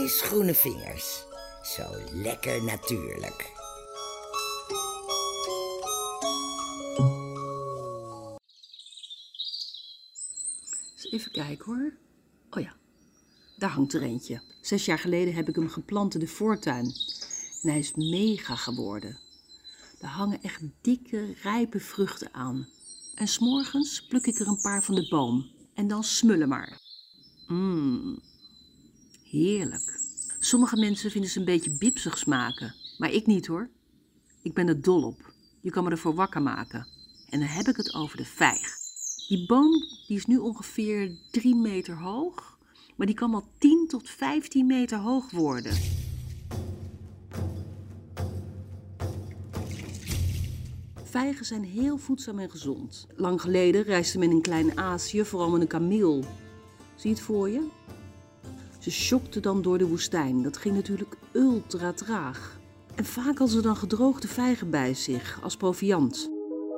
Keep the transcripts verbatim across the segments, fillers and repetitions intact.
Moois groene vingers. Zo lekker natuurlijk. Eens even kijken hoor. Oh ja, daar hangt er eentje. Zes jaar geleden heb ik hem geplant in de voortuin. En hij is mega geworden. Er hangen echt dikke, rijpe vruchten aan. En 's morgens pluk ik er een paar van de boom. En dan smullen maar. Mmm, heerlijk. Sommige mensen vinden ze een beetje bipsig smaken. Maar ik niet hoor. Ik ben er dol op. Je kan me ervoor wakker maken. En dan heb ik het over de vijg. Die boom die is nu ongeveer drie meter hoog. Maar die kan wel tien tot vijftien meter hoog worden. Vijgen zijn heel voedzaam en gezond. Lang geleden reisde men in Klein-Azië vooral met een kameel. Zie je het voor je? Ze sjokten dan door de woestijn. Dat ging natuurlijk ultra traag. En vaak hadden ze dan gedroogde vijgen bij zich als proviand.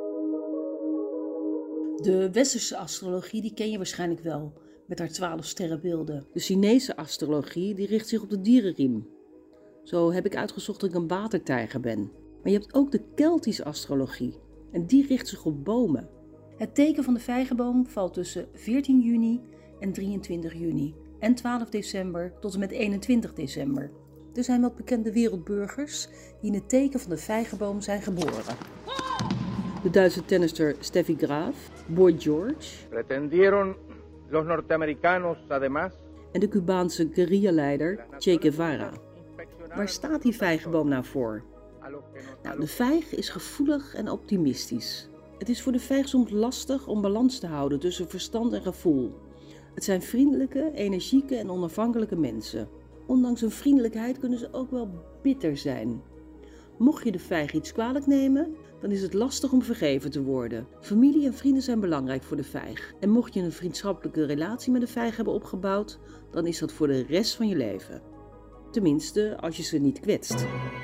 De westerse astrologie die ken je waarschijnlijk wel, met haar twaalf sterrenbeelden. De Chinese astrologie die richt zich op de dierenriem. Zo heb ik uitgezocht dat ik een watertijger ben. Maar je hebt ook de Keltische astrologie en die richt zich op bomen. Het teken van de vijgenboom valt tussen veertien juni en drieëntwintig juni en twaalf december tot en met eenentwintig december. Er zijn wat bekende wereldburgers die in het teken van de vijgenboom zijn geboren. De Duitse tennister Steffi Graf, Boy George Pretendieron los norteamericanos además en de Cubaanse guerrilla-leider Che Guevara. Waar staat die vijgenboom nou voor? Nou, de vijg is gevoelig en optimistisch. Het is voor de vijg soms lastig om balans te houden tussen verstand en gevoel. Het zijn vriendelijke, energieke en onafhankelijke mensen. Ondanks hun vriendelijkheid kunnen ze ook wel bitter zijn. Mocht je de vijg iets kwalijk nemen, dan is het lastig om vergeven te worden. Familie en vrienden zijn belangrijk voor de vijg. En mocht je een vriendschappelijke relatie met de vijg hebben opgebouwd, dan is dat voor de rest van je leven. Tenminste, als je ze niet kwetst.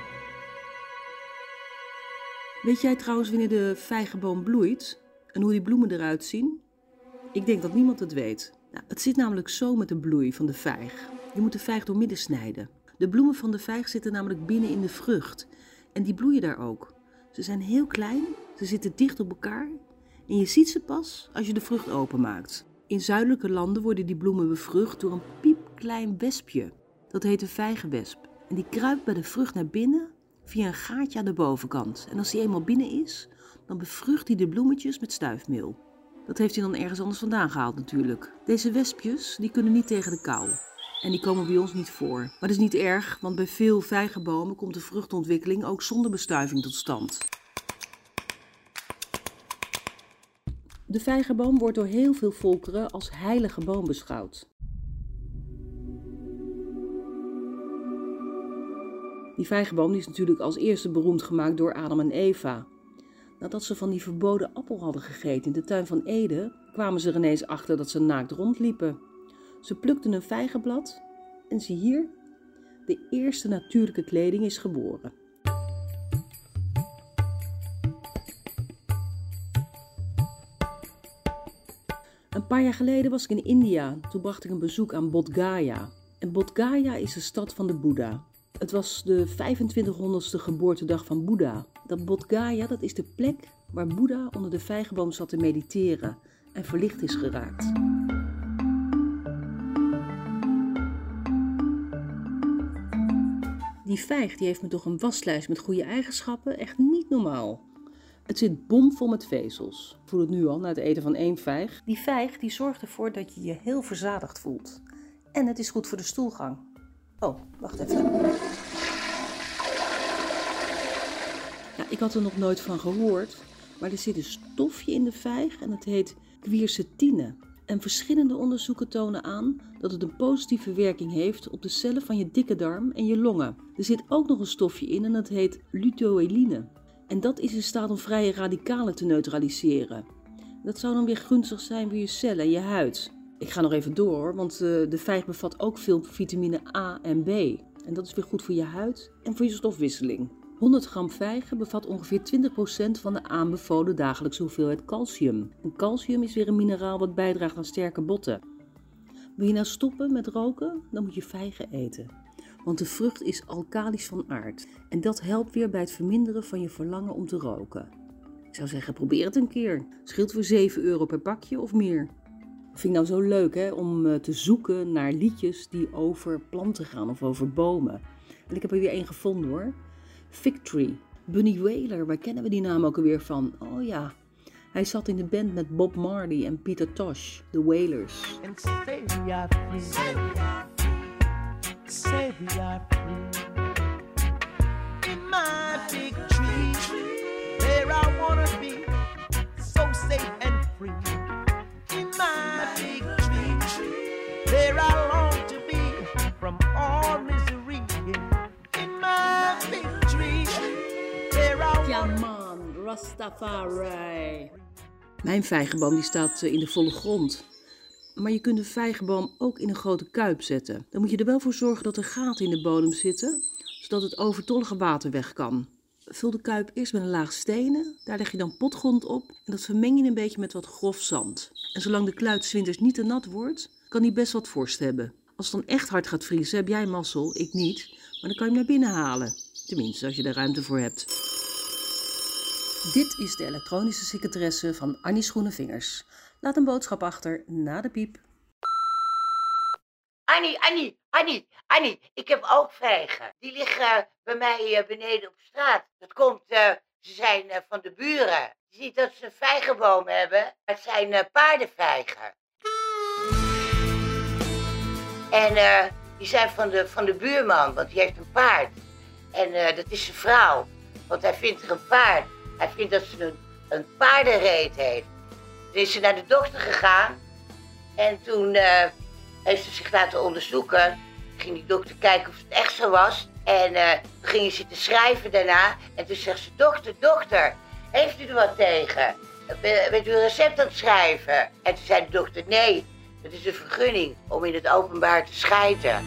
Weet jij trouwens wanneer de vijgenboom bloeit en hoe die bloemen eruit zien? Ik denk dat niemand het weet. Nou, het zit namelijk zo met de bloei van de vijg. Je moet de vijg doormidden snijden. De bloemen van de vijg zitten namelijk binnen in de vrucht. En die bloeien daar ook. Ze zijn heel klein, ze zitten dicht op elkaar. En je ziet ze pas als je de vrucht openmaakt. In zuidelijke landen worden die bloemen bevrucht door een piepklein wespje. Dat heet de vijgenwesp. En die kruipt bij de vrucht naar binnen via een gaatje aan de bovenkant. En als die eenmaal binnen is, dan bevrucht hij de bloemetjes met stuifmeel. Dat heeft hij dan ergens anders vandaan gehaald natuurlijk. Deze wespjes die kunnen niet tegen de kou. En die komen bij ons niet voor. Maar dat is niet erg, want bij veel vijgenbomen komt de vruchtontwikkeling ook zonder bestuiving tot stand. De vijgenboom wordt door heel veel volkeren als heilige boom beschouwd. Die vijgenboom die is natuurlijk als eerste beroemd gemaakt door Adam en Eva. Nadat ze van die verboden appel hadden gegeten in de tuin van Eden, kwamen ze er ineens achter dat ze naakt rondliepen. Ze plukten een vijgenblad en zie hier, de eerste natuurlijke kleding is geboren. Een paar jaar geleden was ik in India. Toen bracht ik een bezoek aan Bodh Gaya. En Bodh Gaya is de stad van de Boeddha. Het was de vijfentwintighonderdste geboortedag van Boeddha. Dat Bodh Gaya, dat is de plek waar Boeddha onder de vijgenboom zat te mediteren en verlicht is geraakt. Die vijg die heeft me toch een waslijst met goede eigenschappen, echt niet normaal. Het zit bomvol met vezels. Ik voel het nu al na het eten van één vijg. Die vijg die zorgt ervoor dat je je heel verzadigd voelt. En het is goed voor de stoelgang. Oh, wacht even. Ja, ik had er nog nooit van gehoord, maar er zit een stofje in de vijg en het heet quercetine. En verschillende onderzoeken tonen aan dat het een positieve werking heeft op de cellen van je dikke darm en je longen. Er zit ook nog een stofje in en dat heet luteoline. En dat is in staat om vrije radicalen te neutraliseren. Dat zou dan weer gunstig zijn voor je cellen en je huid. Ik ga nog even door, want uh, de vijg bevat ook veel vitamine A en B. En dat is weer goed voor je huid en voor je stofwisseling. honderd gram vijgen bevat ongeveer twintig procent van de aanbevolen dagelijkse hoeveelheid calcium. En calcium is weer een mineraal wat bijdraagt aan sterke botten. Wil je nou stoppen met roken, dan moet je vijgen eten. want de vrucht is alkalisch van aard. En dat helpt weer bij het verminderen van je verlangen om te roken. Ik zou zeggen, probeer het een keer. Scheelt voor zeven euro per pakje of meer. Dat vind ik nou zo leuk, hè, om te zoeken naar liedjes die over planten gaan of over bomen. En ik heb er weer één gevonden hoor. Fig Tree. Bunny Wailer, waar kennen we die naam ook alweer van? Oh ja, hij zat in de band met Bob Marley en Peter Tosh, de Wailers. And say we are free. Say we are free. Say we are free. In my big tree, there I wanna be, so safe and free. In my big tree, there I long to be, from all misery. In my big tree, there I Ja man, Rastafari. Mijn vijgenboom die staat in de volle grond. Maar je kunt de vijgenboom ook in een grote kuip zetten. Dan moet je er wel voor zorgen dat er gaten in de bodem zitten, zodat het overtollige water weg kan. Vul de kuip eerst met een laag stenen, daar leg je dan potgrond op en dat vermeng je een beetje met wat grof zand. En zolang de kluit 's winters niet te nat wordt, kan die best wat vorst hebben. Als het dan echt hard gaat vriezen, heb jij mazzel, ik niet, maar dan kan je hem naar binnen halen. Tenminste, als je er ruimte voor hebt. Dit is de elektronische secretaresse van Annie's Groene Vingers. Laat een boodschap achter na de piep. Annie, Annie, Annie, Annie, ik heb ook vijgen. Die liggen bij mij uh, beneden op straat. Dat komt, uh, ze zijn uh, van de buren. Je ziet dat ze een vijgenboom hebben. Het zijn uh, paardenvijgen. En uh, die zijn van de, van de buurman, want die heeft een paard. En uh, dat is zijn vrouw, want hij vindt er een paard. Hij vindt dat ze een, een paardenreet heeft. Toen is ze naar de dokter gegaan. En toen uh, heeft ze zich laten onderzoeken. Ging die dokter kijken of het echt zo was. En uh, toen ging je zitten schrijven daarna. En toen zegt ze, dokter, dokter, heeft u er wat tegen? Bent u een recept aan het schrijven? En toen zei de dokter, nee, dat is een vergunning om in het openbaar te schijten.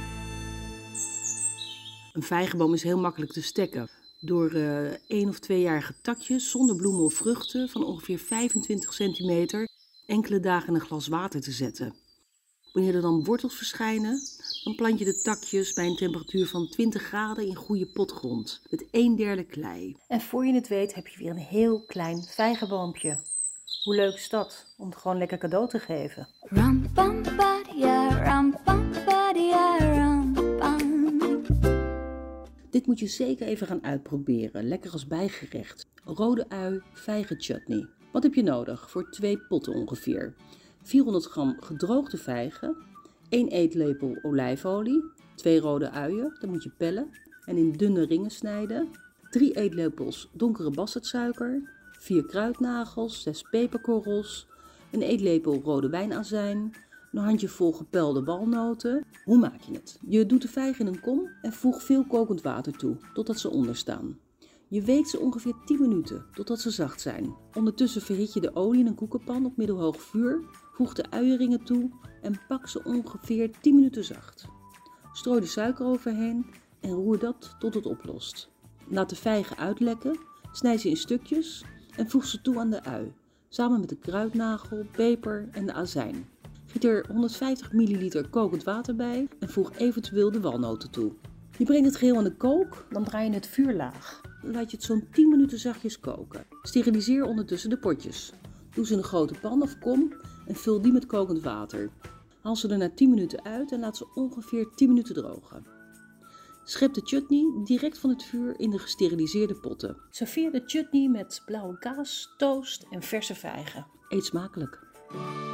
Een vijgenboom is heel makkelijk te stekken. Door uh, één of tweejarige takjes zonder bloemen of vruchten van ongeveer vijfentwintig centimeter enkele dagen in een glas water te zetten. Wanneer er dan wortels verschijnen, dan plant je de takjes bij een temperatuur van twintig graden in goede potgrond met een derde klei. En voor je het weet heb je weer een heel klein vijgenboompje. Hoe leuk is dat om het gewoon lekker cadeau te geven? Ram pam padia, ram pam padia, ram pam. Dit moet je zeker even gaan uitproberen, lekker als bijgerecht. Rode ui, vijgenchutney. Wat heb je nodig voor twee potten ongeveer? vierhonderd gram gedroogde vijgen, één eetlepel olijfolie, twee rode uien, dat moet je pellen en in dunne ringen snijden, drie eetlepels donkere bastardsuiker, vier kruidnagels, zes peperkorrels, een eetlepel rode wijnazijn, een handjevol gepelde walnoten. Hoe maak je het? Je doet de vijgen in een kom en voeg veel kokend water toe, totdat ze onderstaan. Je weekt ze ongeveer tien minuten, totdat ze zacht zijn. Ondertussen verhit je de olie in een koekenpan op middelhoog vuur, voeg de uienringen toe en bak ze ongeveer tien minuten zacht. Strooi de suiker overheen en roer dat tot het oplost. Laat de vijgen uitlekken, snijd ze in stukjes en voeg ze toe aan de ui, samen met de kruidnagel, peper en de azijn. Giet er honderdvijftig milliliter kokend water bij en voeg eventueel de walnoten toe. Je brengt het geheel aan de kook, dan draai je het vuur laag. Dan laat je het zo'n tien minuten zachtjes koken. Steriliseer ondertussen de potjes. Doe ze in een grote pan of kom en vul die met kokend water. Haal ze er na tien minuten uit en laat ze ongeveer tien minuten drogen. Schep de chutney direct van het vuur in de gesteriliseerde potten. Serveer de chutney met blauwe kaas, toast en verse vijgen. Eet smakelijk!